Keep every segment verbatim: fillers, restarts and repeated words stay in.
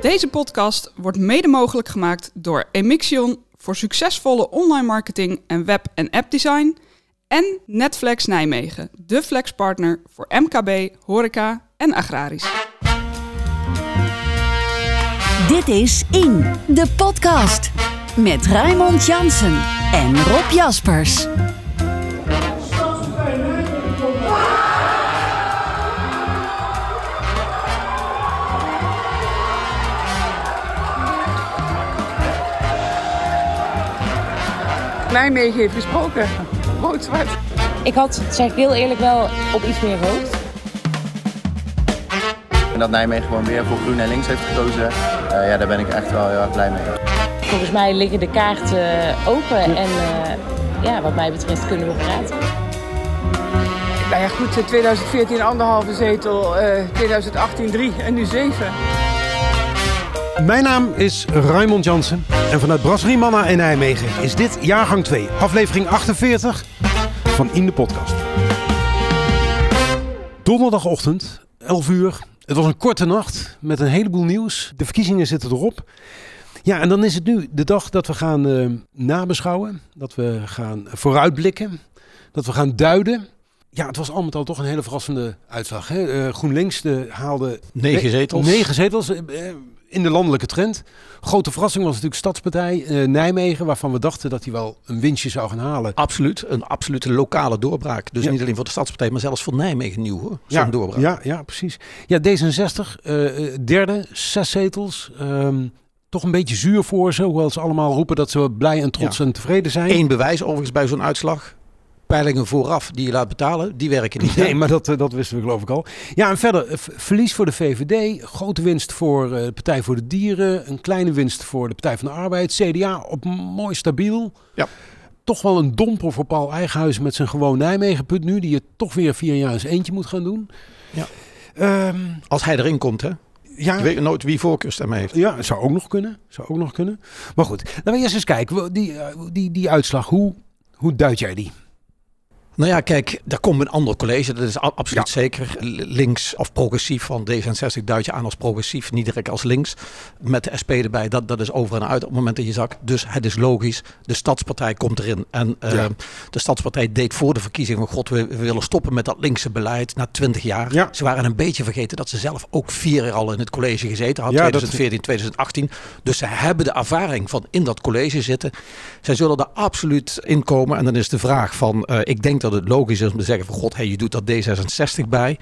Deze podcast wordt mede mogelijk gemaakt door Emixion voor succesvolle online marketing en web- en appdesign en Netflex Nijmegen, de flexpartner voor M K B, horeca en agrarisch. Dit is In, de podcast met Raymond Jansen en Rob Jaspers. Nijmegen heeft gesproken. Rood-zwart. Ik had, zeg ik heel eerlijk, wel op iets meer gehoopt. En dat Nijmegen gewoon weer voor groen en links heeft gekozen, uh, ja, daar ben ik echt wel heel erg blij mee. Volgens mij liggen de kaarten open en uh, ja, wat mij betreft kunnen we praten. Nou ja, goed, twintig veertien anderhalve zetel, uh, twintig achttien drie en nu zeven. Mijn naam is Raymond Jansen en vanuit Brasserie Manna in Nijmegen is dit jaargang twee, aflevering achtenveertig van In de podcast. Donderdagochtend, elf uur. Het was een korte nacht met een heleboel nieuws. De verkiezingen zitten erop. Ja, en dan is het nu de dag dat we gaan uh, nabeschouwen, dat we gaan vooruitblikken, dat we gaan duiden. Ja, het was al met al toch een hele verrassende uitslag. Hè? Uh, GroenLinks de, haalde negen zetels. Negen zetels uh, in de landelijke trend. Grote verrassing was natuurlijk Stadspartij uh, Nijmegen, waarvan we dachten dat hij wel een winstje zou gaan halen. Absoluut, een absolute lokale doorbraak. Dus ja. niet alleen voor de Stadspartij, maar zelfs voor Nijmegen nieuw, hoor. Zo'n Ja, doorbraak. ja, ja, precies. Ja, D zesenzestig, uh, derde, zes zetels. Um, toch een beetje zuur voor ze, hoewel ze allemaal roepen dat ze blij en trots ja. en tevreden zijn. Eén bewijs overigens bij zo'n uitslag. Peilingen vooraf die je laat betalen, die werken niet. Nee, hè? maar dat, dat wisten we geloof ik al. Ja, en verder, verlies voor de V V D, grote winst voor de Partij voor de Dieren, een kleine winst voor de Partij van de Arbeid, C D A op mooi stabiel. Ja. Toch wel een domper voor Paul Eigenhuizen met zijn gewoon Nijmegen-punt nu, die het toch weer vier jaar eens eentje moet gaan doen. Ja. Um, Als hij erin komt, hè? Ja, je weet nooit wie voorkeurstem heeft. Ja, zou ook nog kunnen. Zou ook nog kunnen. Maar goed, laten we eerst eens kijken. Die, die, die uitslag, hoe, hoe duid jij die? Nou ja, kijk, daar komt een ander college. Dat is absoluut ja. zeker. Links of progressief van D zesenzestig duid je aan als progressief. Niet direct als links. Met de S P erbij. Dat, dat is over en uit op het moment in je zak. Dus het is logisch. De Stadspartij komt erin. En uh, ja. de Stadspartij deed voor de verkiezingen. God, we, we willen stoppen met dat linkse beleid. Na twintig jaar. Ja. Ze waren een beetje vergeten dat ze zelf ook vier jaar al in het college gezeten hadden. Ja, twintig veertien, twintig achttien. Dus ze hebben de ervaring van in dat college zitten. Zij zullen er absoluut in komen. En dan is de vraag van, uh, ik denk dat het logisch is om te zeggen van god, hey, je doet dat D zesenzestig bij.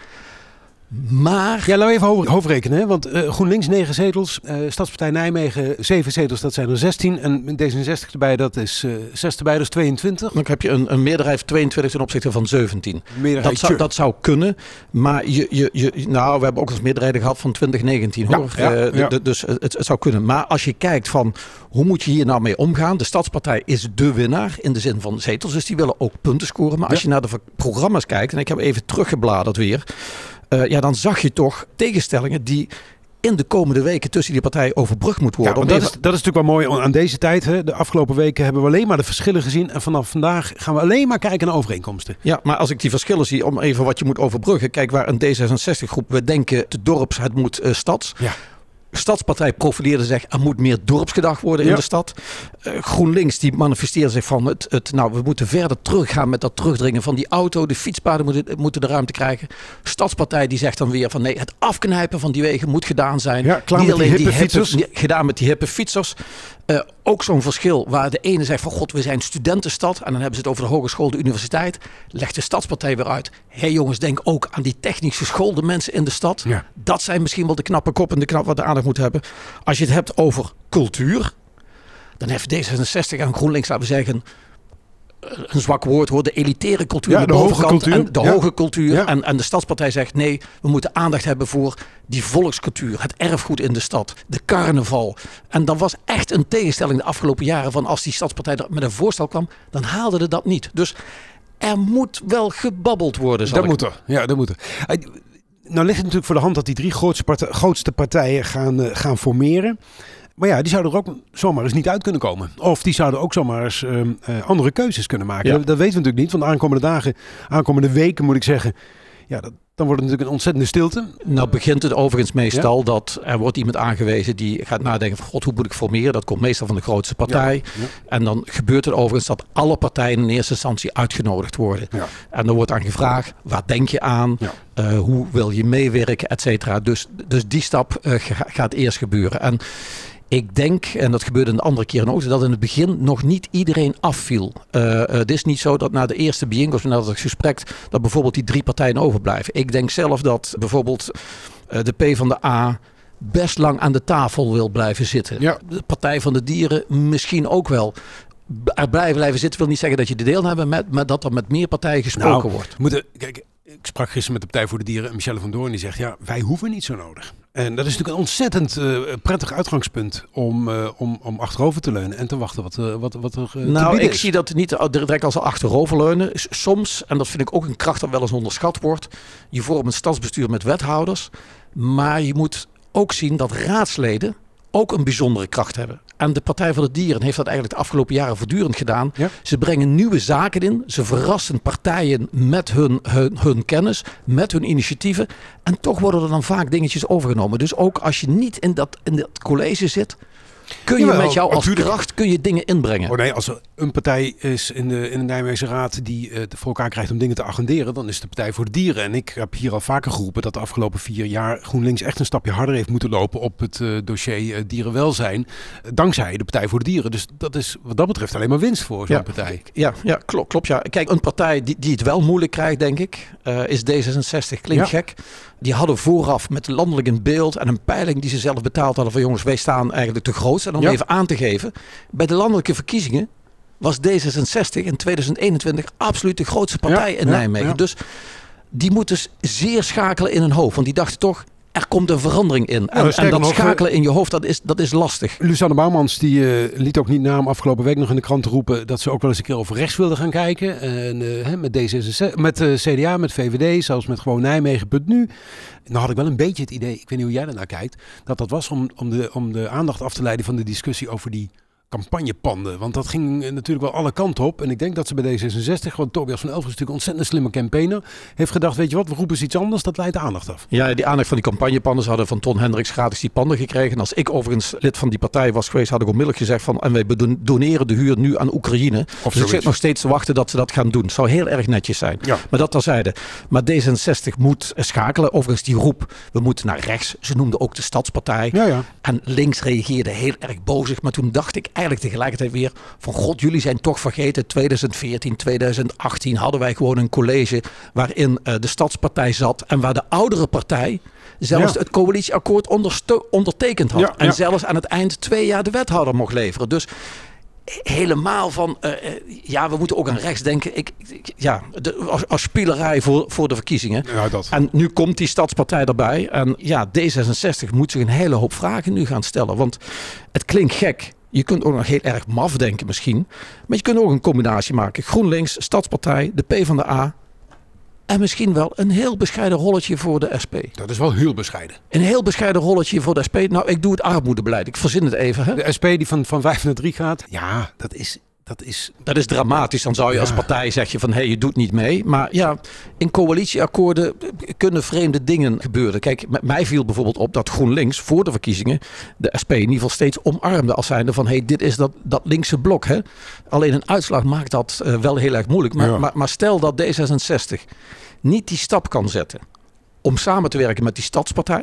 Maar... Ja, laten we even ho- hoofdrekenen. Hè? Want uh, GroenLinks negen zetels, uh, Stadspartij Nijmegen zeven zetels, dat zijn er zestien. En D zesenzestig erbij, dat is uh, zes erbij, dat is tweeëntwintig. Dan heb je een, een meerderheid tweeëntwintig ten opzichte van zeventien. Dat zou, dat zou kunnen. Maar je, je, je, nou, we hebben ook eens meerderheden gehad van twintig negentien. Hoor. Ja, ja, uh, ja. d- dus het, het zou kunnen. Maar als je kijkt van hoe moet je hier nou mee omgaan. De Stadspartij is de winnaar in de zin van zetels. Dus die willen ook punten scoren. Maar als ja. je naar de programma's kijkt. En ik heb even teruggebladerd weer. Uh, ja, dan zag je toch tegenstellingen die in de komende weken tussen die partijen overbrugd moeten worden. Ja, dat, even... is, dat is natuurlijk wel mooi aan deze tijd. Hè. De afgelopen weken hebben we alleen maar de verschillen gezien. En vanaf vandaag gaan we alleen maar kijken naar overeenkomsten. Ja, maar als ik die verschillen zie, om even wat je moet overbruggen. Kijk, waar een D zesenzestig groep, we denken de dorps, het moet uh, stads. Ja. Stadspartij profileerde zich, er moet meer dorpsgedacht worden in ja. de stad. Uh, GroenLinks die manifesteerde zich van het, het, nou we moeten verder teruggaan met dat terugdringen van die auto. De fietspaden moeten, moeten de ruimte krijgen. Stadspartij die zegt dan weer van nee, het afknijpen van die wegen moet gedaan zijn. Ja, klaar niet met alleen die hippe fietsers. Hippe, gedaan met die hippe fietsers. Uh, ook zo'n verschil waar de ene zegt van god, we zijn studentenstad. En dan hebben ze het over de hogeschool, de universiteit. Legt de Stadspartij weer uit. Hé hey jongens, denk ook aan die technisch geschoolde mensen in de stad. Ja. Dat zijn misschien wel de knappe kop en de knap wat de aandacht moet hebben. Als je het hebt over cultuur, dan heeft D zesenzestig en GroenLinks, laten we zeggen, een zwak woord hoor, de elitaire cultuur. Ja, de, de hoge cultuur. En de ja. hoge cultuur. Ja. En, en de Stadspartij zegt nee, we moeten aandacht hebben voor die volkscultuur, het erfgoed in de stad, de carnaval. En dat was echt een tegenstelling de afgelopen jaren van als die Stadspartij met een voorstel kwam, dan haalde het dat niet. Dus er moet wel gebabbeld worden. Zal Dat ik... moet er. Ja, dat moet er. Nou ligt het natuurlijk voor de hand dat die drie grootste, partij, grootste partijen gaan, uh, gaan formeren. Maar ja, die zouden er ook zomaar eens niet uit kunnen komen. Of die zouden ook zomaar eens uh, uh, andere keuzes kunnen maken. Ja. Dat, dat weten we natuurlijk niet. Want de aankomende dagen, aankomende weken moet ik zeggen, Ja, dat, dan wordt het natuurlijk een ontzettende stilte. Nou begint het overigens meestal ja? dat er wordt iemand aangewezen die gaat nadenken van god, hoe moet ik formeren? Dat komt meestal van de grootste partij. Ja, ja. En dan gebeurt het overigens dat alle partijen in eerste instantie uitgenodigd worden. Ja. En dan wordt dan gevraagd, waar denk je aan? Ja. Uh, hoe wil je meewerken, et cetera. Dus, dus die stap uh, gaat eerst gebeuren. En ik denk, en dat gebeurde een andere keer ook, dat in het begin nog niet iedereen afviel. Uh, uh, het is niet zo dat na de eerste bijeenkomst, na het gesprek, dat bijvoorbeeld die drie partijen overblijven. Ik denk zelf dat bijvoorbeeld uh, de PvdA best lang aan de tafel wil blijven zitten. Ja. De Partij van de Dieren misschien ook wel. Er blijven blijven zitten wil niet zeggen dat je de deel hebt, met, maar dat er met meer partijen gesproken nou, wordt. Moeten, kijk, ik sprak gisteren met de Partij voor de Dieren en Michelle van Doorn die zegt, ja, wij hoeven niet zo nodig. En dat is natuurlijk een ontzettend uh, prettig uitgangspunt om, uh, om, om achterover te leunen en te wachten wat, uh, wat, wat er uh, Nou, te ik is. zie dat niet direct als achteroverleunen. Soms, en dat vind ik ook een kracht dat wel eens onderschat wordt, je vormt een stadsbestuur met wethouders, maar je moet ook zien dat raadsleden ook een bijzondere kracht hebben. En de Partij van de Dieren heeft dat eigenlijk de afgelopen jaren voortdurend gedaan. Ja? Ze brengen nieuwe zaken in. Ze verrassen partijen met hun, hun, hun kennis, met hun initiatieven. En toch worden er dan vaak dingetjes overgenomen. Dus ook als je niet in dat, in dat college zit, kun je Jawel, met jou als natuurlijk. kracht kun je dingen inbrengen. Oh nee, als er een partij is in de, in de Nijmeegse Raad die uh, voor elkaar krijgt om dingen te agenderen, dan is het de Partij voor de Dieren. En ik heb hier al vaker geroepen dat de afgelopen vier jaar GroenLinks echt een stapje harder heeft moeten lopen op het uh, dossier uh, dierenwelzijn. Uh, dankzij de Partij voor de Dieren. Dus dat is wat dat betreft alleen maar winst voor zo'n ja, partij. Ja, ja klopt, klopt. Ja. Kijk, een partij die, die het wel moeilijk krijgt, denk ik, uh, is D zesenzestig. Klinkt ja. gek. Die hadden vooraf met landelijk een beeld en een peiling die ze zelf betaald hadden van jongens, wij staan eigenlijk te groot. En om ja. even aan te geven, bij de landelijke verkiezingen was D zesenzestig in tweeduizend eenentwintig absoluut de grootste partij ja, in ja, Nijmegen. Ja. Dus die moeten zeer schakelen in hun hoofd. Want die dachten toch, er komt een verandering in. En, ja, en dat nog, schakelen in je hoofd, dat is, dat is lastig. Luzanne Bouwmans die uh, liet ook niet na om afgelopen week nog in de krant te roepen dat ze ook wel eens een keer over rechts wilden gaan kijken. En, uh, hè, met D zesenzestig, met uh, C D A, met V V D, zelfs met gewoon Nijmegen. Nu. Nou had ik wel een beetje het idee, ik weet niet hoe jij er naar kijkt, dat dat was om, om, de, om de aandacht af te leiden van de discussie over die campagnepanden. Want dat ging natuurlijk wel alle kanten op. En ik denk dat ze bij D zesenzestig, want Tobias van Elf is natuurlijk een ontzettend slimme campaigner, heeft gedacht, weet je wat, we roepen eens iets anders, dat leidt de aandacht af. Ja, die aandacht van die campagnepanden, ze hadden van Ton Hendricks gratis die panden gekregen. En als ik overigens lid van die partij was geweest, had ik onmiddellijk gezegd van, en wij doneren de huur nu aan Oekraïne. Of dus ik zit nog steeds te wachten dat ze dat gaan doen. Het zou heel erg netjes zijn. Ja. Maar dat terzijde. Maar D zesenzestig moet schakelen. Overigens die roep, we moeten naar rechts. Ze noemden ook de Stadspartij. Ja, ja. En links reageerde heel erg bozig. Maar toen dacht ik eigenlijk tegelijkertijd weer van god, jullie zijn toch vergeten. tweeduizend veertien, tweeduizend achttien hadden wij gewoon een college waarin uh, de Stadspartij zat en waar de oudere partij zelfs ja. het coalitieakkoord onderste- ondertekend had. Ja, en ja. zelfs aan het eind twee jaar de wethouder mocht leveren. Dus helemaal van, uh, ja, we moeten ook aan rechts denken. Ik, ik, ja, de, als, als spielerij voor, voor de verkiezingen. Ja, dat. En nu komt die Stadspartij erbij. En ja, D zesenzestig moet zich een hele hoop vragen nu gaan stellen. Want het klinkt gek. Je kunt ook nog heel erg maf denken misschien. Maar je kunt ook een combinatie maken. GroenLinks, Stadspartij, de PvdA. En misschien wel een heel bescheiden rolletje voor de S P. Dat is wel heel bescheiden. Een heel bescheiden rolletje voor de S P. Nou, ik doe het armoedebeleid. Ik verzin het even. Hè? De S P die van, van vijf naar drie gaat. Ja, dat is... Dat is, dat is dramatisch. Dan zou je ja. als partij zeggen van hé, hey, je doet niet mee. Maar ja, in coalitieakkoorden kunnen vreemde dingen gebeuren. Kijk, met mij viel bijvoorbeeld op dat GroenLinks voor de verkiezingen de S P in ieder geval steeds omarmde als zijnde van hé, hey, dit is dat, dat linkse blok. Hè? Alleen een uitslag maakt dat uh, wel heel erg moeilijk. Maar, ja. maar, maar stel dat D zesenzestig niet die stap kan zetten om samen te werken met die Stadspartij.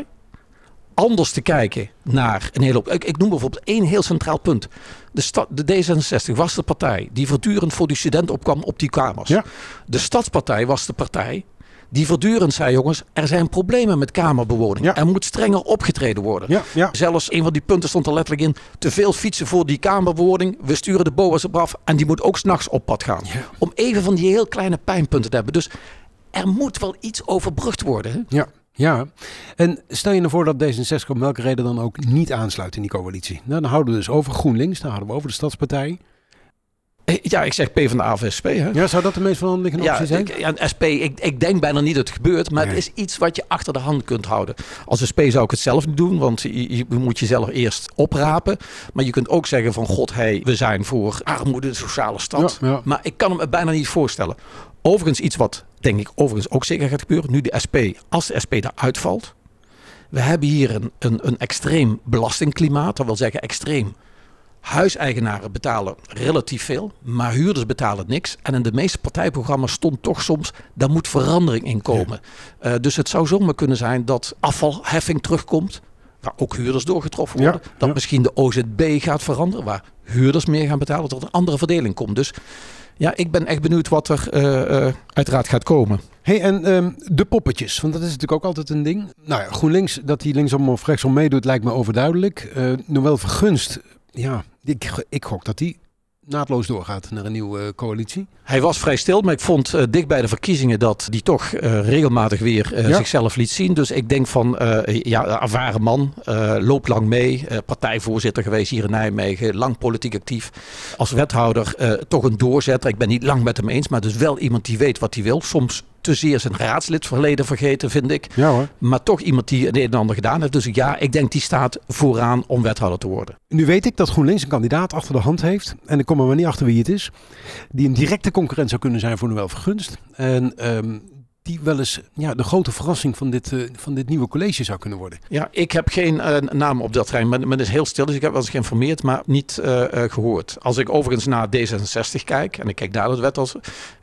Anders te kijken naar een hele... Ik, ik noem bijvoorbeeld één heel centraal punt. De, sta, de D zesenzestig was de partij die voortdurend voor die studenten opkwam op die kamers. Ja. De Stadspartij was de partij die voortdurend zei, jongens, er zijn problemen met kamerbewoning. Ja. Er moet strenger opgetreden worden. Ja, ja. Zelfs een van die punten stond er letterlijk in, te veel fietsen voor die kamerbewoning. We sturen de B O A's op af en die moet ook 's nachts op pad gaan. Ja. Om even van die heel kleine pijnpunten te hebben. Dus er moet wel iets overbrugd worden. Hè? Ja. Ja, en stel je nou voor dat D zesenzestig om welke reden dan ook niet aansluit in die coalitie. Nou, dan houden we dus over GroenLinks, dan houden we over de Stadspartij. Ja, ik zeg PvdA of S P. Hè? Ja, zou dat de meest van liggende optie ja, zijn? Ik, ja, S P, ik, ik denk bijna niet dat het gebeurt, maar nee. Het is iets wat je achter de hand kunt houden. Als S P zou ik het zelf niet doen, want je, je moet jezelf eerst oprapen. Maar je kunt ook zeggen van god, hey, we zijn voor armoede, de sociale stad. Ja, ja. Maar ik kan hem bijna niet voorstellen. Overigens iets wat D denk ik overigens ook zeker gaat gebeuren, nu de S P, als de S P eruit valt. We hebben hier een, een, een extreem belastingklimaat, dat wil zeggen extreem. Huiseigenaren betalen relatief veel, maar huurders betalen niks. En in de meeste partijprogramma's stond toch soms, daar moet verandering in komen. Ja. Uh, dus het zou zomaar kunnen zijn dat afvalheffing terugkomt, waar ook huurders doorgetroffen worden. Ja, dat ja. misschien de O Z B gaat veranderen, waar huurders meer gaan betalen, dat er een andere verdeling komt. Dus ja, ik ben echt benieuwd wat er uh, uh, uiteraard gaat komen. Hey, en um, de poppetjes, want dat is natuurlijk ook altijd een ding. Nou ja, GroenLinks, dat die linksom of rechtsom meedoet, lijkt me overduidelijk. Uh, Noël Vergunst, ja, ik, ik gok dat die naadloos doorgaat naar een nieuwe uh, coalitie. Hij was vrij stil, maar ik vond uh, dicht bij de verkiezingen dat hij toch uh, regelmatig weer uh, ja. zichzelf liet zien. Dus ik denk van, uh, ja, ervaren man, uh, loopt lang mee. Uh, partijvoorzitter geweest hier in Nijmegen, lang politiek actief. Als wethouder uh, toch een doorzetter. Ik ben niet lang met hem eens, maar dus wel iemand die weet wat hij wil. Soms te zeer zijn raadslidverleden vergeten, vind ik. Ja, hoor. Maar toch iemand die het een en ander gedaan heeft. Dus ja, ik denk die staat vooraan om wethouder te worden. Nu weet ik dat GroenLinks een kandidaat achter de hand heeft. En ik kom er maar niet achter wie het is. Die een directe concurrent zou kunnen zijn voor Noël Vergunst. En um, die wel eens ja, de grote verrassing van dit, uh, van dit nieuwe college zou kunnen worden. Ja, ik heb geen uh, naam op dat terrein. Men, men is heel stil, dus ik heb wel eens geïnformeerd, maar niet uh, uh, gehoord. Als ik overigens naar D zesenzestig kijk, en ik kijk naar het wet als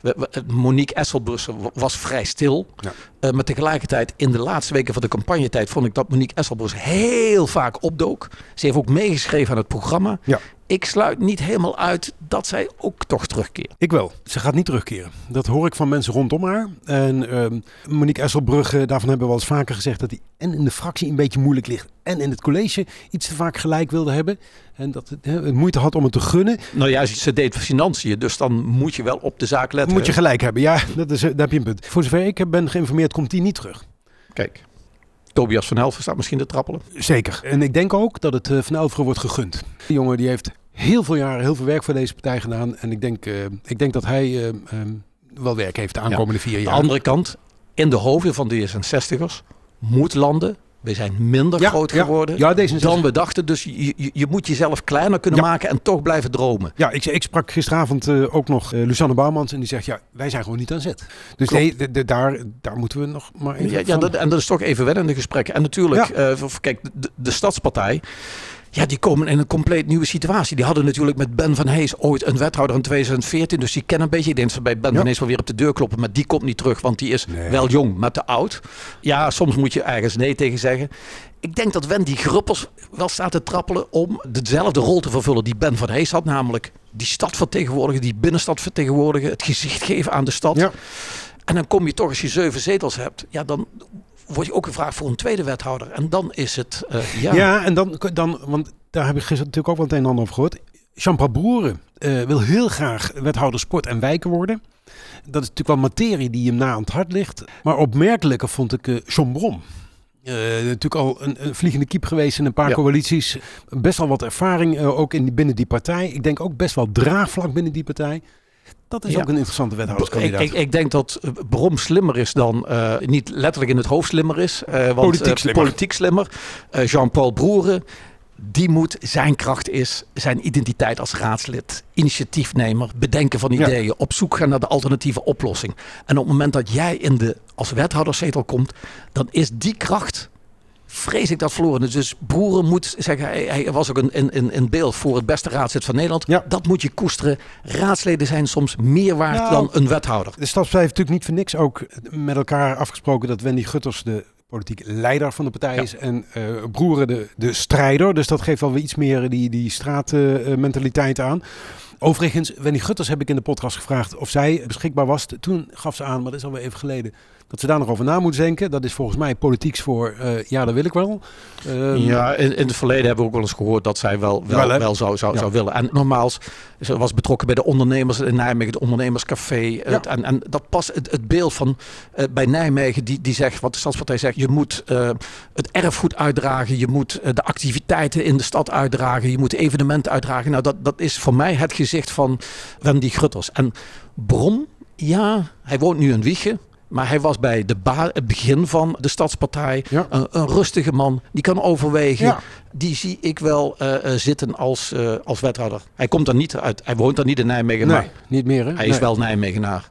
Monique Esselbrugge was vrij stil. Ja. Uh, maar tegelijkertijd in de laatste weken van de campagnetijd vond ik dat Monique Esselbrugge heel vaak opdook. Ze heeft ook meegeschreven aan het programma. Ja. Ik sluit niet helemaal uit dat zij ook toch terugkeert. Ik wel. Ze gaat niet terugkeren. Dat hoor ik van mensen rondom haar. En um, Monique Esselbrugge, daarvan hebben we wel eens vaker gezegd dat hij en in de fractie een beetje moeilijk ligt en in het college iets te vaak gelijk wilde hebben. En dat het, he, het moeite had om het te gunnen. Nou ja, ze deed financiën, dus dan moet je wel op de zaak letten. Moet je gelijk hebben, ja, dat is, daar heb je een punt. Voor zover ik ben geïnformeerd, komt hij niet terug. Kijk. Tobias van Helveren staat misschien te trappelen. Zeker. En ik denk ook dat het uh, van Helveren wordt gegund. Die jongen die heeft heel veel jaren heel veel werk voor deze partij gedaan. En ik denk, uh, ik denk dat hij uh, um, wel werk heeft de aankomende ja. vier jaar. De andere kant, in de hoofden van de D zesenzestigers moet landen. We zijn minder ja, groot geworden ja. Ja, dan we dachten. Dus je, je, je moet jezelf kleiner kunnen ja. maken en toch blijven dromen. Ja, ik, ik sprak gisteravond uh, ook nog uh, Lucianne Bouwmans en die zegt, ja, wij zijn gewoon niet aan zet. Dus nee, de, de, daar, daar moeten we nog maar even ja, ja, dat, en dat is toch even wennen in de gesprekken. En natuurlijk, ja. uh, kijk, de, de Stadspartij, ja, die komen in een compleet nieuwe situatie. Die hadden natuurlijk met Ben van Hees ooit een wethouder in tweeduizend veertien. Dus die kennen een beetje. Ik denk dat ze bij Ben ja. van Hees wel weer op de deur kloppen. Maar die komt niet terug, want die is nee. wel jong, maar te oud. Ja, soms moet je ergens nee tegen zeggen. Ik denk dat Wendy Gruppels wel staat te trappelen om dezelfde rol te vervullen die Ben van Hees had. Namelijk die stad vertegenwoordigen, die binnenstad vertegenwoordigen. Het gezicht geven aan de stad. Ja. En dan kom je toch, als je zeven zetels hebt, ja, dan word je ook gevraagd voor een tweede wethouder. En dan is het, uh, ja. Ja, en dan, dan, want daar heb ik gisteren natuurlijk ook wel het een en ander over gehoord. Jean-Paul Broeren uh, wil heel graag wethouder sport en wijken worden. Dat is natuurlijk wel materie die hem na aan het hart ligt. Maar opmerkelijker vond ik uh, John Brom. Uh, natuurlijk al een, een vliegende kiep geweest in een paar ja. coalities. Best wel wat ervaring uh, ook in, binnen die partij. Ik denk ook best wel draagvlak binnen die partij. Dat is ja. ook een interessante wethouderskandidaat. Ik, ik, ik denk dat Brom slimmer is dan, uh, niet letterlijk in het hoofd slimmer is. Uh, want, politiek slimmer. Uh, politiek slimmer. Uh, Jean-Paul Broeren, die moet, zijn kracht is zijn identiteit als raadslid, initiatiefnemer, bedenken van ideeën, ja. op zoek gaan naar de alternatieve oplossing. En op het moment dat jij in de, als wethouderszetel komt, dan is die kracht, vrees ik dat verloren. Dus Broeren moet zeggen, hij, hij was ook een, een, een beeld voor het beste raadslid van Nederland. Ja. Dat moet je koesteren. Raadsleden zijn soms meer waard nou, dan een wethouder. De Stadspartij heeft natuurlijk niet voor niks ook met elkaar afgesproken dat Wendy Gutters de politieke leider van de partij ja. is en uh, Broeren de, de strijder. Dus dat geeft wel weer iets meer die, die straatmentaliteit uh, aan. Overigens, Wendy Gutters heb ik in de podcast gevraagd of zij beschikbaar was. Toen gaf ze aan, maar dat is alweer even geleden, dat ze daar nog over na moet denken. Dat is volgens mij politieks voor, uh, ja, dat wil ik wel. Um, ja, in, in het verleden hebben we ook wel eens gehoord dat zij wel, wel, wel, wel zou, zou, ja. zou willen. En nogmaals, ze was betrokken bij de ondernemers in Nijmegen, het ondernemerscafé. Ja. Het, en, en dat past het, het beeld van uh, bij Nijmegen, die, die zegt, wat de Stadspartij zegt, je moet uh, het erfgoed uitdragen, je moet uh, de activiteiten in de stad uitdragen, je moet evenementen uitdragen. Nou, dat, dat is voor mij het gezicht van Wendy Gutters. En Brom, ja, hij woont nu in Wijchen. Maar hij was bij de ba- het begin van de Stadspartij. Ja. Een, een rustige man. Die kan overwegen. Ja. Die zie ik wel uh, uh, zitten als, uh, als wethouder. Hij komt er niet uit. Hij woont er niet in Nijmegen. Nee, maar niet meer. Hè? Hij nee. is wel Nijmegenaar.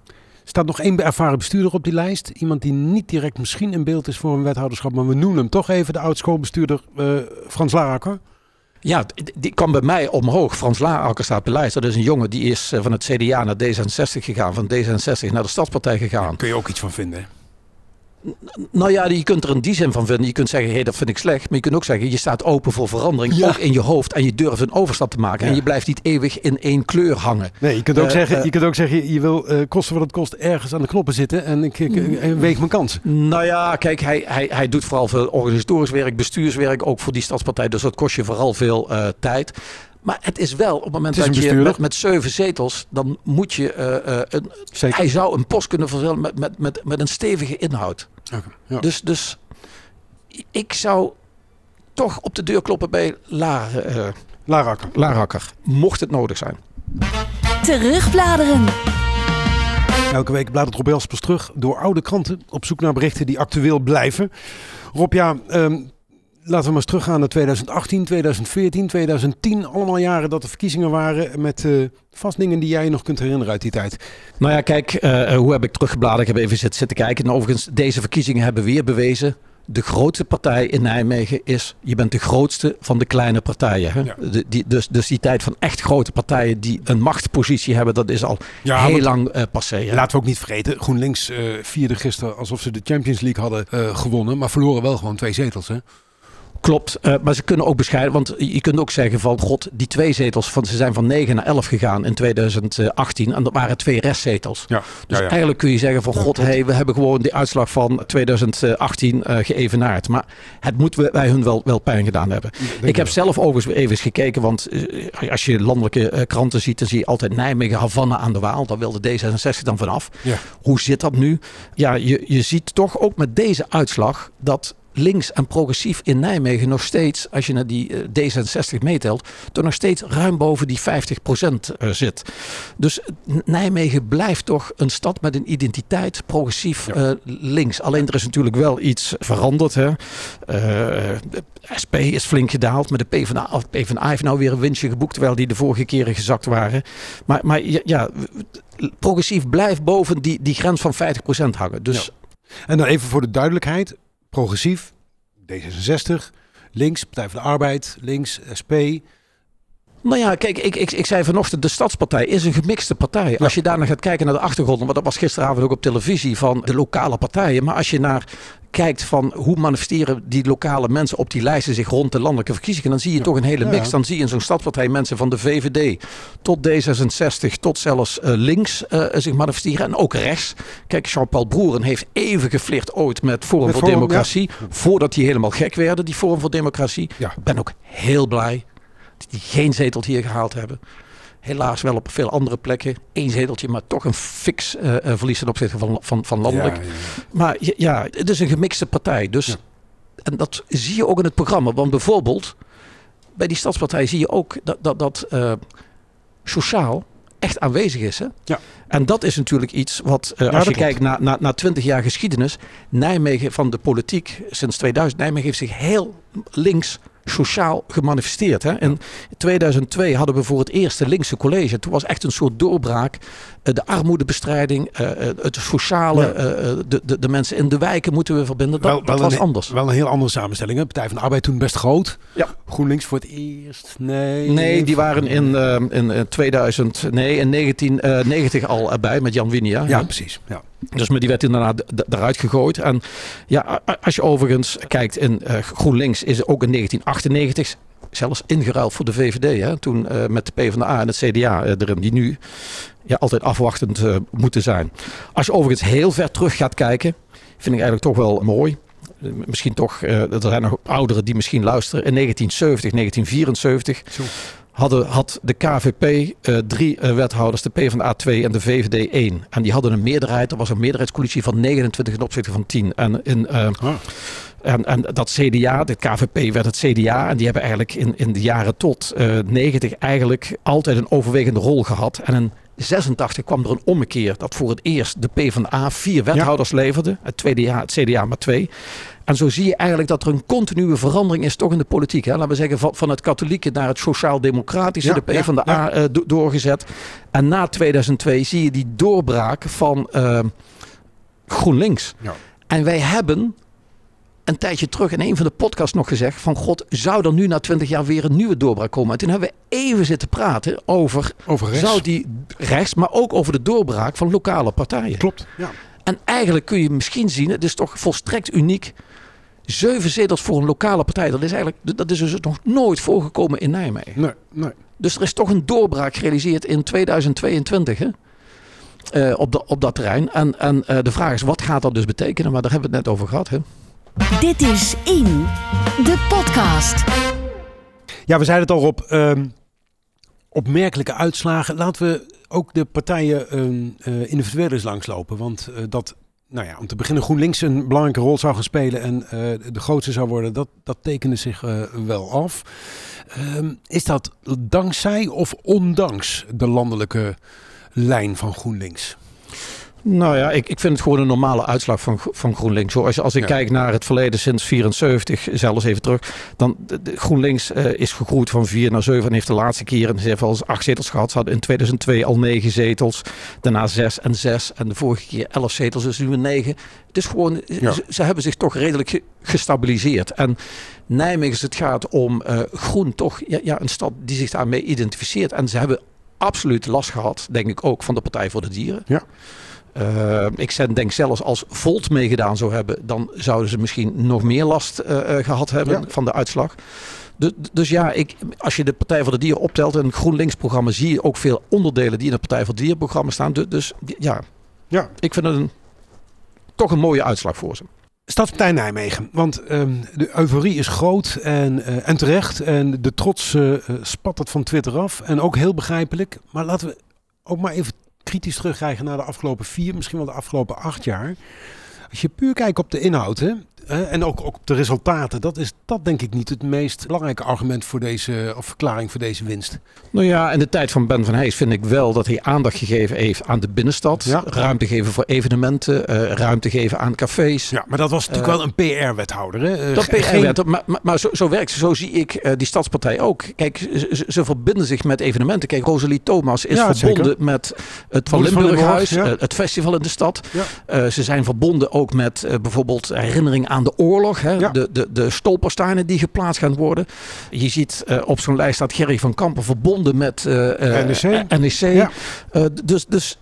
staat nog één ervaren bestuurder op die lijst. Iemand die niet direct misschien in beeld is voor een wethouderschap, maar we noemen hem toch even de oud-schoolbestuurder uh, Frans Larakker. Ja, die kwam bij mij omhoog. Frans Larakker staat op de lijst. Dat is een jongen die is van het C D A naar D zesenzestig gegaan. Van D zesenzestig naar de Stadspartij gegaan. Daar kun je ook iets van vinden, hè? Nou ja, je kunt er in die zin van vinden. Je kunt zeggen, hé, hey, dat vind ik slecht. Maar je kunt ook zeggen, je staat open voor verandering. Ja. Ook in je hoofd. En je durft een overstap te maken. Ja. En je blijft niet eeuwig in één kleur hangen. Nee, je kunt ook, uh, zeggen, uh, je, kunt ook zeggen, je wil uh, kosten wat het kost ergens aan de knoppen zitten. En ik, ik, ik weeg mijn kans. Nou ja, kijk, hij, hij, hij doet vooral veel organisatorisch werk, bestuurswerk. Ook voor die Stadspartij. Dus dat kost je vooral veel uh, tijd. Maar het is wel, op het moment het dat je met, met zeven zetels, dan moet je... Uh, uh, een, hij zou een post kunnen vervullen met, met, met, met een stevige inhoud. Okay, ja. dus, dus ik zou toch op de deur kloppen bij La, uh, Larakker. Larakker, mocht het nodig zijn. Terugbladeren. Elke week bladert Rob Elspers terug door oude kranten op zoek naar berichten die actueel blijven. Rob, ja... Um, Laten we maar eens teruggaan naar twintig achttien, twintig veertien, twintig tien. Allemaal jaren dat er verkiezingen waren met uh, vast dingen die jij nog kunt herinneren uit die tijd. Nou ja, kijk, uh, hoe heb ik teruggebladerd? Ik heb even zitten, zitten kijken. En overigens, deze verkiezingen hebben weer bewezen... De grootste partij in Nijmegen is... Je bent de grootste van de kleine partijen. Hè? Ja. De, die, dus, dus die tijd van echt grote partijen die een machtspositie hebben... Dat is al ja, heel lang uh, passé. Hè? Laten we ook niet vergeten. GroenLinks uh, vierde gisteren alsof ze de Champions League hadden uh, gewonnen. Maar verloren wel gewoon twee zetels, hè? Klopt, uh, maar ze kunnen ook bescheiden, want je kunt ook zeggen van god, die twee zetels, van, ze zijn van negen naar elf gegaan in twintig achttien en dat waren twee restzetels. Ja, dus ja, ja. eigenlijk kun je zeggen van god, hey, we hebben gewoon die uitslag van twintig achttien uh, geëvenaard. Maar het moet bij hun wel, wel pijn gedaan hebben. Ik, ik heb wel. zelf overigens even eens gekeken, want uh, als je landelijke uh, kranten ziet, dan zie je altijd Nijmegen, Havana aan de Waal. Daar wilde D zesenzestig dan vanaf. Ja. Hoe zit dat nu? Ja, je, je ziet toch ook met deze uitslag dat links en progressief in Nijmegen nog steeds, als je naar die uh, D zesenzestig meetelt, toch nog steeds ruim boven die vijftig procent uh, zit. Dus Nijmegen blijft toch een stad met een identiteit progressief ja. uh, links. Alleen er is natuurlijk wel iets veranderd. Hè. Uh, de S P is flink gedaald, maar de PvdA, of PvdA heeft nou weer een winstje geboekt, terwijl die de vorige keren gezakt waren. Maar, maar ja, progressief blijft boven die, die grens van vijftig procent hangen. Dus... Ja. En dan even voor de duidelijkheid. Progressief, D zesenzestig, links, Partij van de Arbeid, links, S P. Nou ja, kijk, ik, ik, ik zei vanochtend, de Stadspartij is een gemixte partij. Ja. Als je daarna gaat kijken naar de achtergronden, want dat was gisteravond ook op televisie van de lokale partijen. Maar als je naar kijkt van hoe manifesteren die lokale mensen op die lijsten zich rond de landelijke verkiezingen, dan zie je ja. toch een hele mix. Ja, ja. Dan zie je in zo'n Stadspartij mensen van de V V D tot D zesenzestig, tot zelfs uh, links uh, zich manifesteren. En ook rechts. Kijk, Jean-Paul Broeren heeft even geflirt ooit met Forum met voor Forum, Democratie. Ja. Voordat die helemaal gek werden, die Forum voor Democratie. Ik ja. ben ook heel blij dat die geen zetel hier gehaald hebben. Helaas wel op veel andere plekken. Eén zeteltje, maar toch een fix uh, verlies ten opzichte van, van, van landelijk. Ja, ja, ja. Maar ja, het is een gemixte partij. Dus, ja. En dat zie je ook in het programma. Want bijvoorbeeld, bij die Stadspartij zie je ook dat, dat, dat uh, sociaal echt aanwezig is. Hè? Ja. En dat is natuurlijk iets wat, uh, ja, als je kijkt naar na, na twintig jaar geschiedenis, Nijmegen van de politiek sinds tweeduizend, Nijmegen heeft zich heel links sociaal gemanifesteerd. Hè? In tweeduizend twee hadden we voor het eerst de linkse college. Toen was echt een soort doorbraak. De armoedebestrijding, het sociale, ja. de, de, de mensen in de wijken moeten we verbinden. Dat, wel, dat wel was een, anders. Wel een heel andere samenstelling. Hè? Partij van de Arbeid toen best groot. Ja. GroenLinks voor het eerst. Nee, nee die waren in, uh, in tweeduizend, nee, in negentien negentig al erbij met Jan Winia. Ja, ja, precies. Ja. Dus maar die werd inderdaad eruit gegooid. En ja, als je overigens kijkt in uh, GroenLinks is ook in negentien achtennegentig zelfs ingeruild voor de V V D. Hè? Toen uh, met de PvdA en het C D A uh, erin, die nu ja, altijd afwachtend uh, moeten zijn. Als je overigens heel ver terug gaat kijken, vind ik eigenlijk toch wel mooi. Uh, misschien toch, uh, er zijn nog ouderen die misschien luisteren. In negentien zeventig, negentien vierenzeventig... Zo. Hadden, had de K V P uh, drie uh, wethouders, de PvdA twee en de V V D één. En die hadden een meerderheid. Er was een meerderheidscoalitie van negenentwintig ten opzichte van tien. En, in, uh, oh. en, en dat C D A, dit K V P werd het C D A. En die hebben eigenlijk in, in de jaren tot uh, negentig eigenlijk altijd een overwegende rol gehad. En een zesentachtig kwam er een ommekeer dat voor het eerst de PvdA vier wethouders ja. leverde. Het tweede jaar, het C D A maar twee. En zo zie je eigenlijk dat er een continue verandering is toch in de politiek. Hè? Laten we zeggen van, van het katholieke naar het sociaal-democratische, ja, de PvdA ja, ja. Uh, do- doorgezet. En na tweeduizend twee zie je die doorbraak van uh, GroenLinks. Ja. En wij hebben een tijdje terug in een van de podcasts nog gezegd van god, zou er nu na twintig jaar weer een nieuwe doorbraak komen? En toen hebben we even zitten praten over, over rechts. Zou die rechts, maar ook over de doorbraak van lokale partijen. Klopt, ja. En eigenlijk kun je misschien zien, het is toch volstrekt uniek, zeven zetels voor een lokale partij. Dat is eigenlijk, dat is dus nog nooit voorgekomen in Nijmegen. Nee, nee. Dus er is toch een doorbraak gerealiseerd in tweeduizend tweeëntwintig, hè? Uh, op, de, op dat terrein. En, en uh, de vraag is, wat gaat dat dus betekenen? Maar daar hebben we het net over gehad, hè? Dit is In, de podcast. Ja, we zeiden het al op um, opmerkelijke uitslagen. Laten we ook de partijen um, uh, individueel eens langslopen. Want uh, dat, nou ja, om te beginnen GroenLinks een belangrijke rol zou gaan spelen en uh, de grootste zou worden, dat, dat tekende zich uh, wel af. Um, is dat dankzij of ondanks de landelijke lijn van GroenLinks? Nou ja, ik, ik vind het gewoon een normale uitslag van, van GroenLinks. Als, als ik ja. kijk naar het verleden sinds vierenzeventig, zelfs even terug. Dan de, de GroenLinks uh, is gegroeid van vier naar zeven en heeft de laatste keer ze heeft al eens acht zetels gehad. Ze hadden in tweeduizend twee al negen zetels. Daarna zes en zes. En de vorige keer elf zetels, dus nu een negen. Het is gewoon, ja. ze, ze hebben zich toch redelijk ge, gestabiliseerd. En Nijmegen, als het gaat om uh, groen, toch ja, ja, een stad die zich daarmee identificeert. En ze hebben absoluut last gehad, denk ik ook, van de Partij voor de Dieren. Ja. Uh, ik denk zelfs als Volt meegedaan zou hebben, dan zouden ze misschien nog meer last uh, gehad hebben ja. van de uitslag. Dus, dus ja, ik, als je de Partij voor de Dieren optelt en het GroenLinks-programma, zie je ook veel onderdelen die in het Partij voor de Dieren-programma staan. Dus, dus ja. ja, ik vind het een, toch een mooie uitslag voor ze. Stadspartij Nijmegen, want um, de euforie is groot en, uh, en terecht. En de trots uh, spat het van Twitter af. En ook heel begrijpelijk. Maar laten we ook maar even kritisch terugkrijgen naar de afgelopen vier, misschien wel de afgelopen acht jaar. Als je puur kijkt op de inhoud, hè, en ook, ook op de resultaten, dat is dat denk ik niet het meest belangrijke argument voor deze, of verklaring voor deze winst. Nou ja, in de tijd van Ben van Heijs vind ik wel dat hij aandacht gegeven heeft aan de binnenstad. Ja. Ruimte geven voor evenementen, uh, ruimte geven aan cafés. Ja, maar dat was natuurlijk uh, wel een P R-wethouder. Hè? Uh, dat P R-wethouder, maar, maar, maar zo, zo werkt ze, zo zie ik uh, die stadspartij ook. Kijk, ze, ze verbinden zich met evenementen. Kijk, Rosalie Thomas is ja, verbonden zeker. met het Van Limburghuis, ja. uh, het festival in de stad. Ja. Uh, ze zijn verbonden ook met uh, bijvoorbeeld herinnering aan de oorlog. Hè? Ja. De, de, de stolpersteinen die geplaatst gaan worden. Je ziet uh, op zo'n lijst staat Gerry van Kampen verbonden met uh, uh, N E C. N E C. Ja. Uh, dus, dus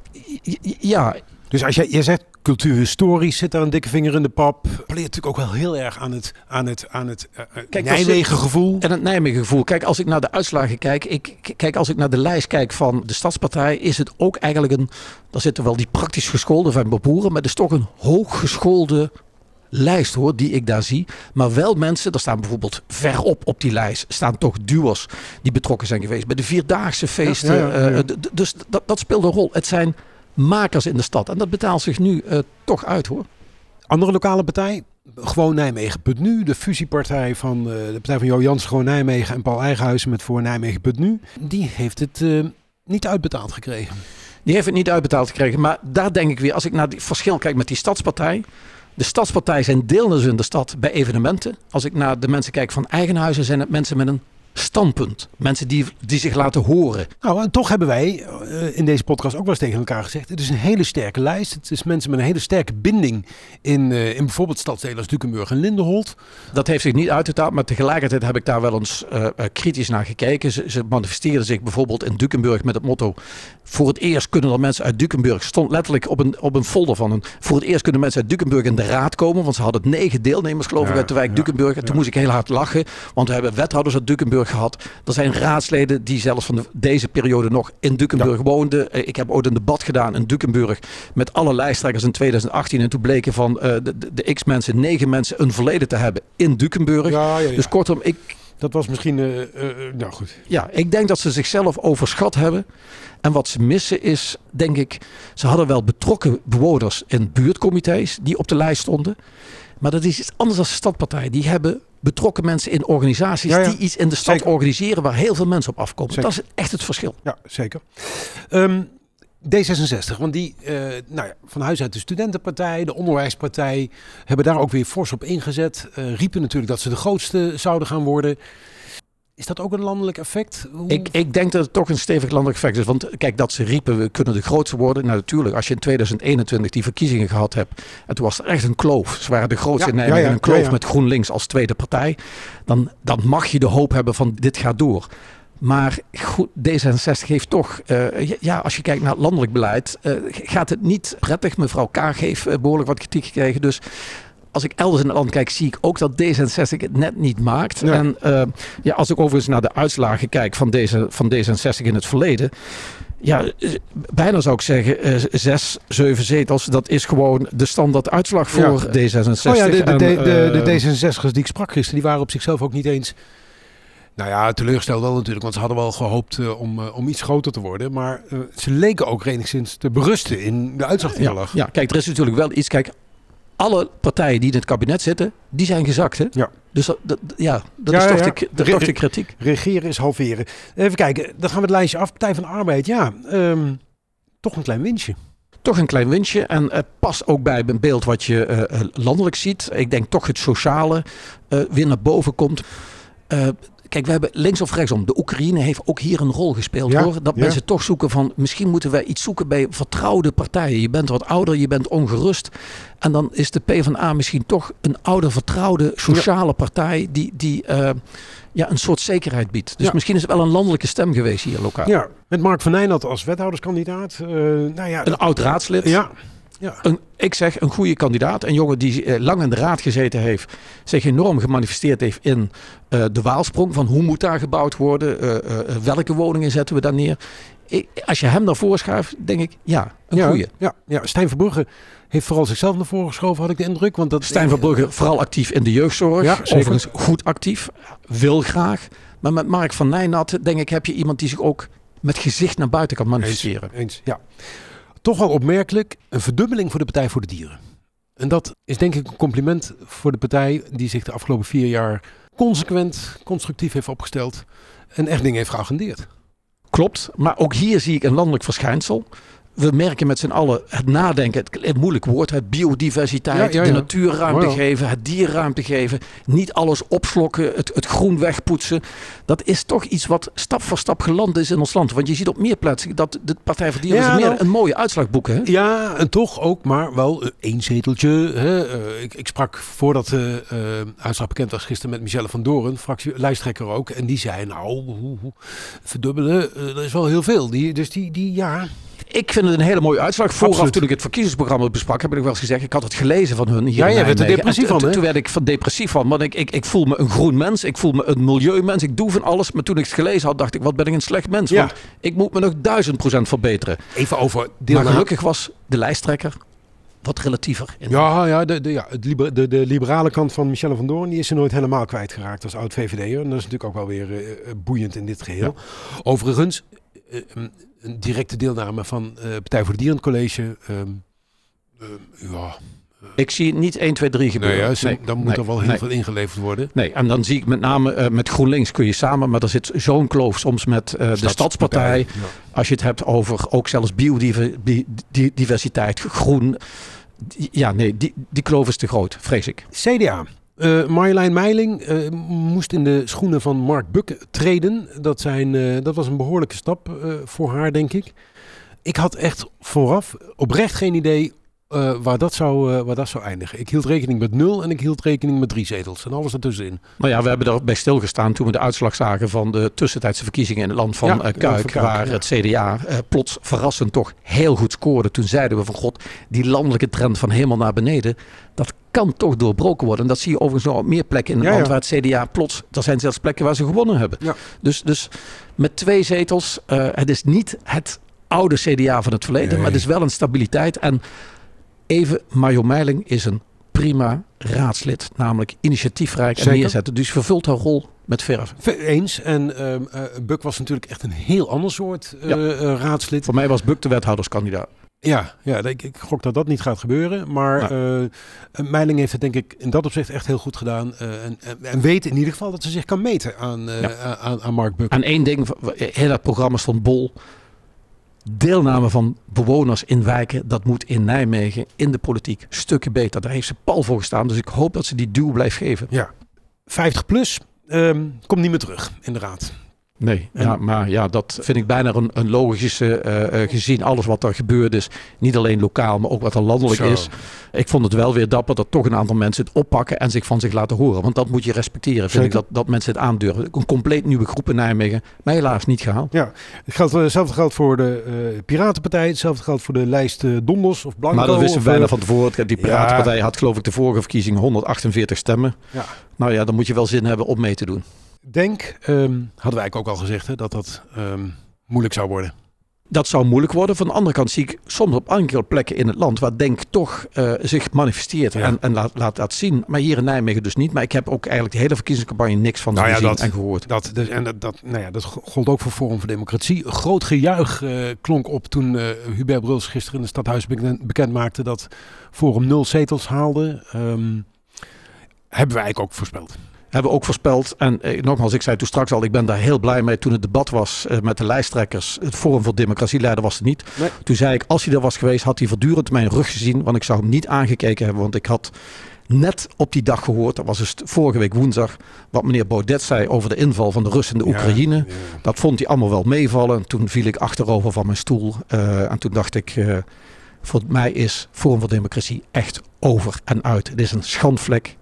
ja. Dus als jij, jij zegt cultuurhistorisch zit daar een dikke vinger in de pap. Appelleert natuurlijk ook wel heel erg aan het, aan het, aan het uh, kijk, Nijmegen gevoel. En het Nijmegen gevoel. Kijk, als ik naar de uitslagen kijk, ik, kijk, als ik naar de lijst kijk van de Stadspartij, is het ook eigenlijk een, daar zitten wel die praktisch geschoolde van Boeren, maar het is toch een hooggeschoolde lijst hoor, die ik daar zie. Maar wel mensen, er staan bijvoorbeeld verop op die lijst, staan toch duo's die betrokken zijn geweest bij de Vierdaagse feesten. Ja, ja, ja, ja. Uh, d- dus dat, dat speelt een rol. Het zijn makers in de stad. En dat betaalt zich nu uh, toch uit hoor. Andere lokale partij? Gewoon Nijmegen.nu. De fusiepartij van uh, de partij van Jo Jansen, Gewoon Nijmegen en Paul Eigenhuizen met Voor Nijmegen.nu. Die heeft het uh, niet uitbetaald gekregen. Die heeft het niet uitbetaald gekregen. Maar daar denk ik weer, als ik naar het verschil kijk met die stadspartij. De stadspartij zijn deelnemers in de stad bij evenementen. Als ik naar de mensen kijk van Eigenhuizen, zijn het mensen met een standpunt. Mensen die, die zich laten horen. Nou, en toch hebben wij uh, in deze podcast ook wel eens tegen elkaar gezegd. Het is een hele sterke lijst. Het is mensen met een hele sterke binding in, uh, in bijvoorbeeld stadsdelen als Dukenburg en Lindenholt. Dat heeft zich niet uitbetaald, maar tegelijkertijd heb ik daar wel eens uh, uh, kritisch naar gekeken. Ze, ze manifesteerden zich bijvoorbeeld in Dukenburg met het motto: voor het eerst kunnen er mensen uit Dukenburg, stond letterlijk op een, op een folder van een, voor het eerst kunnen mensen uit Dukenburg in de raad komen. Want ze hadden negen deelnemers geloof ik ja, uit de wijk ja, Dukenburg. En ja. toen moest ik heel hard lachen, want we hebben wethouders uit Dukenburg gehad. Er zijn raadsleden die zelfs van de, deze periode nog in Dukenburg ja. woonden. Ik heb ooit een debat gedaan in Dukenburg met alle lijsttrekkers in tweeduizend achttien. En toen bleken van uh, de, de, de x-mensen, negen mensen een verleden te hebben in Dukenburg. Ja, ja, ja. Dus kortom, ik... Dat was misschien... Uh, uh, nou goed. Ja, ik denk dat ze zichzelf overschat hebben. En wat ze missen is, denk ik, ze hadden wel betrokken bewoners in buurtcomité's die op de lijst stonden. Maar dat is iets anders dan de stadpartij. Die hebben betrokken mensen in organisaties Ja, ja. die iets in de stad Zeker. organiseren waar heel veel mensen op afkomen. Zeker. Dat is echt het verschil. Ja, zeker. Um, D zesenzestig, want die uh, nou ja, van huis uit de studentenpartij, de onderwijspartij, hebben daar ook weer fors op ingezet. Uh, riepen natuurlijk dat ze de grootste zouden gaan worden. Is dat ook een landelijk effect? Hoe... Ik, ik denk dat het toch een stevig landelijk effect is. Want kijk, dat ze riepen, we kunnen de grootste worden. Nou natuurlijk, als je in tweeduizend eenentwintig die verkiezingen gehad hebt. En toen was er echt een kloof. Ze waren de grootste Ja, in Nijmegen. ja, ja, een kloof ja, ja. met GroenLinks als tweede partij. Dan, dan mag je de hoop hebben van dit gaat door. Maar goed, D zesenzestig heeft toch, uh, ja, als je kijkt naar het landelijk beleid, uh, gaat het niet prettig. Mevrouw Kaag heeft uh, behoorlijk wat kritiek gekregen. Dus als ik elders in het land kijk, zie ik ook dat D zesenzestig het net niet maakt. Ja. En uh, ja, als ik overigens naar de uitslagen kijk van, deze, van D zesenzestig in het verleden. Ja, bijna zou ik zeggen, uh, zes, zeven zetels. Dat is gewoon de standaard uitslag voor Ja. D zesenzestig. Oh ja, de, de, En, de, de, de uh, D zesenzestigers die ik sprak gisteren, die waren op zichzelf ook niet eens... Nou ja, teleurgesteld wel natuurlijk, want ze hadden wel gehoopt uh, om, uh, om iets groter te worden. Maar uh, ze leken ook enigszins te berusten in de uitslag die er ja, lag. ja, kijk, er is natuurlijk wel iets. Kijk, alle partijen die in het kabinet zitten, die zijn gezakt. Hè? Ja. Dus dat, dat, ja, dat Ja, is toch, ja. de, de, toch de kritiek. Regeren is halveren. Even kijken, dan gaan we het lijstje af. Partij van de Arbeid, ja, um, toch een klein winstje. Toch een klein winstje en het past ook bij een beeld wat je uh, landelijk ziet. Ik denk toch het sociale uh, weer naar boven komt. Uh, Kijk, we hebben links of rechtsom. De Oekraïne heeft ook hier een rol gespeeld. Ja, hoor. Dat ja. mensen toch zoeken van, misschien moeten wij iets zoeken bij vertrouwde partijen. Je bent wat ouder, je bent ongerust. En dan is de PvdA misschien toch een oude, vertrouwde, sociale ja. partij die, die uh, ja, een soort zekerheid biedt. Dus ja. misschien is het wel een landelijke stem geweest hier lokaal. Ja, met Mark van Nijnat als wethouderskandidaat. Uh, nou ja, een oud raadslid. Ja. Ja. Een, ik zeg een goede kandidaat. Een jongen die eh, lang in de raad gezeten heeft. Zich enorm gemanifesteerd heeft in uh, de Waalsprong. Van hoe moet daar gebouwd worden? Uh, uh, welke woningen zetten we daar neer? Ik, als je hem naar voren schuift, denk ik ja, een ja, goeie. Ja, ja, Stijn Verbrugge heeft vooral zichzelf naar voren geschoven, had ik de indruk. Want dat, Stijn Verbrugge vooral actief in de jeugdzorg. Ja, overigens goed actief. Wil graag. Maar met Mark van Nijnat, denk ik, heb je iemand die zich ook met gezicht naar buiten kan manifesteren. Eens, eens ja. Toch wel opmerkelijk, een verdubbeling voor de Partij voor de Dieren. En dat is denk ik een compliment voor de partij die zich de afgelopen vier jaar consequent, constructief heeft opgesteld en echt dingen heeft geagendeerd. Klopt, maar ook hier zie ik een landelijk verschijnsel. We merken met z'n allen het nadenken, het, het moeilijk woord, het biodiversiteit, ja, ja, ja. de natuurruimte oh, ja. geven, het dierruimte geven, niet alles opslokken, het, het groen wegpoetsen. Dat is toch iets wat stap voor stap geland is in ons land. Want je ziet op meer plaatsen dat de Partij voor Dieren ja, meer nou, een mooie uitslag boeken. Hè? Ja, en toch ook, maar wel uh, één zeteltje. Hè? Uh, ik, ik sprak voordat de uh, uh, uitslag bekend was gisteren met Michelle van Doorn, fractie, lijsttrekker ook. En die zei, nou, hoe, hoe, verdubbelen, uh, dat is wel heel veel. Die, dus die, die, ja... Ik vind het een hele mooie uitslag. Vooraf toen ik het verkiezingsprogramma besprak, heb ik wel eens gezegd, ik had het gelezen van hun hier ja, in jij werd er depressief van, hè? Toen werd ik van depressief van, want ik, ik, ik voel me een groen mens, ik voel me een milieumens, ik doe van alles. Maar toen ik het gelezen had, dacht ik, wat ben ik een slecht mens. Ja. Want ik moet me nog duizend procent verbeteren. Even over deelname. Maar gelukkig was de lijsttrekker wat relatiever. In ja, ja, de, de, ja het liber, de, de liberale kant van Michelle van Doorn, die is er nooit helemaal kwijtgeraakt als oud-V V D'er. En dat is natuurlijk ook wel weer uh, boeiend in dit geheel. Ja. Overigens, uh, um, een directe deelname van uh, Partij voor de Dieren College. Um, uh, ja, uh, ik zie niet één, twee, drie gebeuren. Nee, ja, nee, dan moet nee, er wel heel nee. veel ingeleverd worden. Nee, en dan zie ik met name uh, met GroenLinks kun je samen, maar er zit zo'n kloof soms met uh, de Stadspartij. Ja. Als je het hebt over ook zelfs biodiversiteit, groen. Ja, nee, die, die kloof is te groot, vrees ik. C D A. Uh, Marjolein Meiling uh, moest in de schoenen van Mark Buck treden. Dat, zijn, uh, dat was een behoorlijke stap uh, voor haar, denk ik. Ik had echt vooraf oprecht geen idee uh, waar, dat zou, uh, waar dat zou eindigen. Ik hield rekening met nul en ik hield rekening met drie zetels. En alles ertussenin. Nou ja, we hebben daarbij stilgestaan toen we de uitslag zagen van de tussentijdse verkiezingen in het land van ja, uh, Kuik. Kuik waar ja. het C D A uh, plots verrassend toch heel goed scoorde. Toen zeiden we van god, die landelijke trend van helemaal naar beneden, dat kan toch doorbroken worden. En dat zie je overigens nog op meer plekken in het ja, land ja. waar het C D A plots, er zijn zelfs plekken waar ze gewonnen hebben. Ja. Dus, dus met twee zetels, uh, het is niet het oude C D A van het verleden, nee. maar het is wel een stabiliteit. En even, Majo Meiling is een prima raadslid, namelijk initiatiefrijk en neerzetten. Dus vervult haar rol met verf. Eens. En uh, uh, Buck was natuurlijk echt een heel ander soort uh, ja. uh, raadslid. Voor mij was Buck de wethouderskandidaat. Ja, ja ik, ik gok dat dat niet gaat gebeuren. Maar ja. uh, Meiling heeft het denk ik in dat opzicht echt heel goed gedaan. Uh, en, en weet in ieder geval dat ze zich kan meten aan, uh, ja. aan, aan Mark Buckel. En één ding, heel dat programma stond bol. Deelname van bewoners in wijken, dat moet in Nijmegen in de politiek stukken beter. Daar heeft ze pal voor gestaan. Dus ik hoop dat ze die duw blijft geven. Ja, vijftig plus um, komt niet meer terug in de raad. Nee, ja, maar ja, dat vind ik bijna een, een logische, uh, uh, gezien alles wat er gebeurd is. Niet alleen lokaal, maar ook wat er landelijk Zo. is. Ik vond het wel weer dapper dat toch een aantal mensen het oppakken en zich van zich laten horen. Want dat moet je respecteren, vind Zeker. ik, dat, dat mensen het aandurven. Een compleet nieuwe groep in Nijmegen, maar helaas niet gehaald. Ja, hetzelfde geldt voor de uh, Piratenpartij, hetzelfde geldt voor de lijst uh, Donders of Blanco. Maar dat wisten we bijna uh, van tevoren. Die Piratenpartij ja. had geloof ik de vorige verkiezing honderdachtenveertig stemmen. Ja. Nou ja, dan moet je wel zin hebben om mee te doen. Denk, um, hadden wij ook al gezegd, hè, dat dat um, moeilijk zou worden. Dat zou moeilijk worden. Van de andere kant zie ik soms op enkele plekken in het land waar Denk toch uh, zich manifesteert ja. en, en laat, laat, laat zien. Maar hier in Nijmegen dus niet. Maar ik heb ook eigenlijk de hele verkiezingscampagne niks van nou ja, gezien dat, en gehoord. Dat, dus, en dat, dat, nou ja, dat gold ook voor Forum voor Democratie. Een groot gejuich uh, klonk op toen uh, Hubert Bruls gisteren in het stadhuis bekend, bekend maakte dat Forum nul zetels haalde. Um, hebben wij eigenlijk ook voorspeld. Hebben we ook voorspeld. En eh, nogmaals, ik zei toen straks al, ik ben daar heel blij mee toen het debat was eh, met de lijsttrekkers. Het Forum voor Democratie leider was er niet. Nee. Toen zei ik, als hij er was geweest, had hij voortdurend mijn rug gezien. Want ik zou hem niet aangekeken hebben. Want ik had net op die dag gehoord, dat was dus vorige week woensdag, wat meneer Baudet zei over de inval van de Russen in de Oekraïne. Ja, ja. Dat vond hij allemaal wel meevallen. Toen viel ik achterover van mijn stoel. Uh, en toen dacht ik, uh, voor mij is Forum voor Democratie echt over en uit. Het is een schandvlek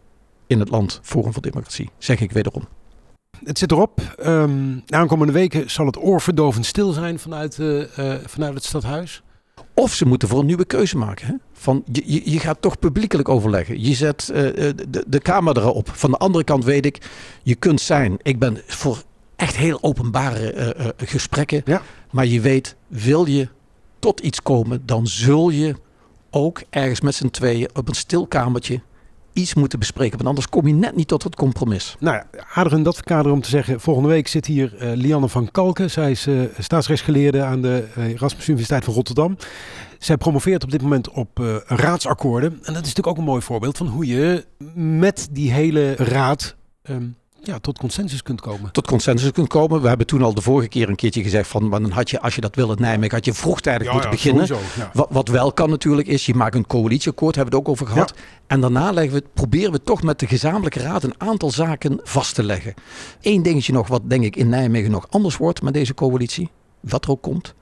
in het land, Forum voor Democratie, zeg ik wederom. Het zit erop. Um, de aankomende weken zal het oorverdovend stil zijn vanuit, uh, uh, vanuit het stadhuis. Of ze moeten voor een nieuwe keuze maken. Hè? Van, je, je, je gaat toch publiekelijk overleggen. Je zet uh, de, de Kamer erop. Van de andere kant weet ik, je kunt zijn. Ik ben voor echt heel openbare uh, uh, gesprekken. Ja. Maar je weet, wil je tot iets komen, dan zul je ook ergens met z'n tweeën op een stil kamertje iets moeten bespreken. Want anders kom je net niet tot het compromis. Nou ja, aardig in dat kader om te zeggen. Volgende week zit hier uh, Lianne van Kalken. Zij is uh, staatsrechtsgeleerde aan de uh, Erasmus Universiteit van Rotterdam. Zij promoveert op dit moment op uh, raadsakkoorden. En dat is natuurlijk ook een mooi voorbeeld van hoe je met die hele raad Um, ja, tot consensus kunt komen. Tot consensus kunt komen. We hebben toen al de vorige keer een keertje gezegd van, dan had je, als je dat wil in Nijmegen, had je vroegtijdig ja, moeten ja, beginnen. Sowieso, ja. wat, wat wel kan natuurlijk is, je maakt een coalitieakkoord, hebben we het ook over gehad. Ja. En daarna leggen we, proberen we toch met de gezamenlijke raad een aantal zaken vast te leggen. Eén dingetje nog, wat denk ik in Nijmegen nog anders wordt met deze coalitie, wat er ook komt.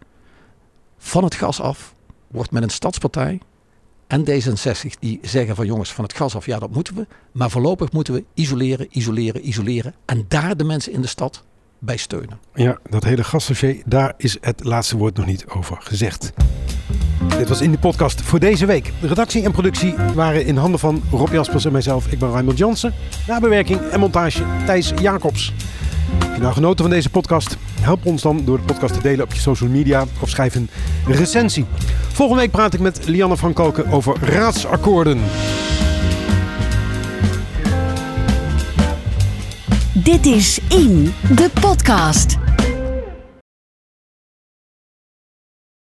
Van het gas af wordt met een stadspartij en D zesenzestig die zeggen van jongens, van het gas af, ja dat moeten we. Maar voorlopig moeten we isoleren, isoleren, isoleren. En daar de mensen in de stad bij steunen. Ja, dat hele gasdossier, daar is het laatste woord nog niet over gezegd. Dit was in de podcast voor deze week. De redactie en productie waren in handen van Rob Jaspers en mijzelf. Ik ben Raymond Jansen. Nabewerking en montage Thijs Jacobs. Heb je nou genoten van deze podcast? Help ons dan door de podcast te delen op je social media of schrijf een recensie. Volgende week praat ik met Lianne van Kalken over raadsakkoorden. Dit is In, de podcast.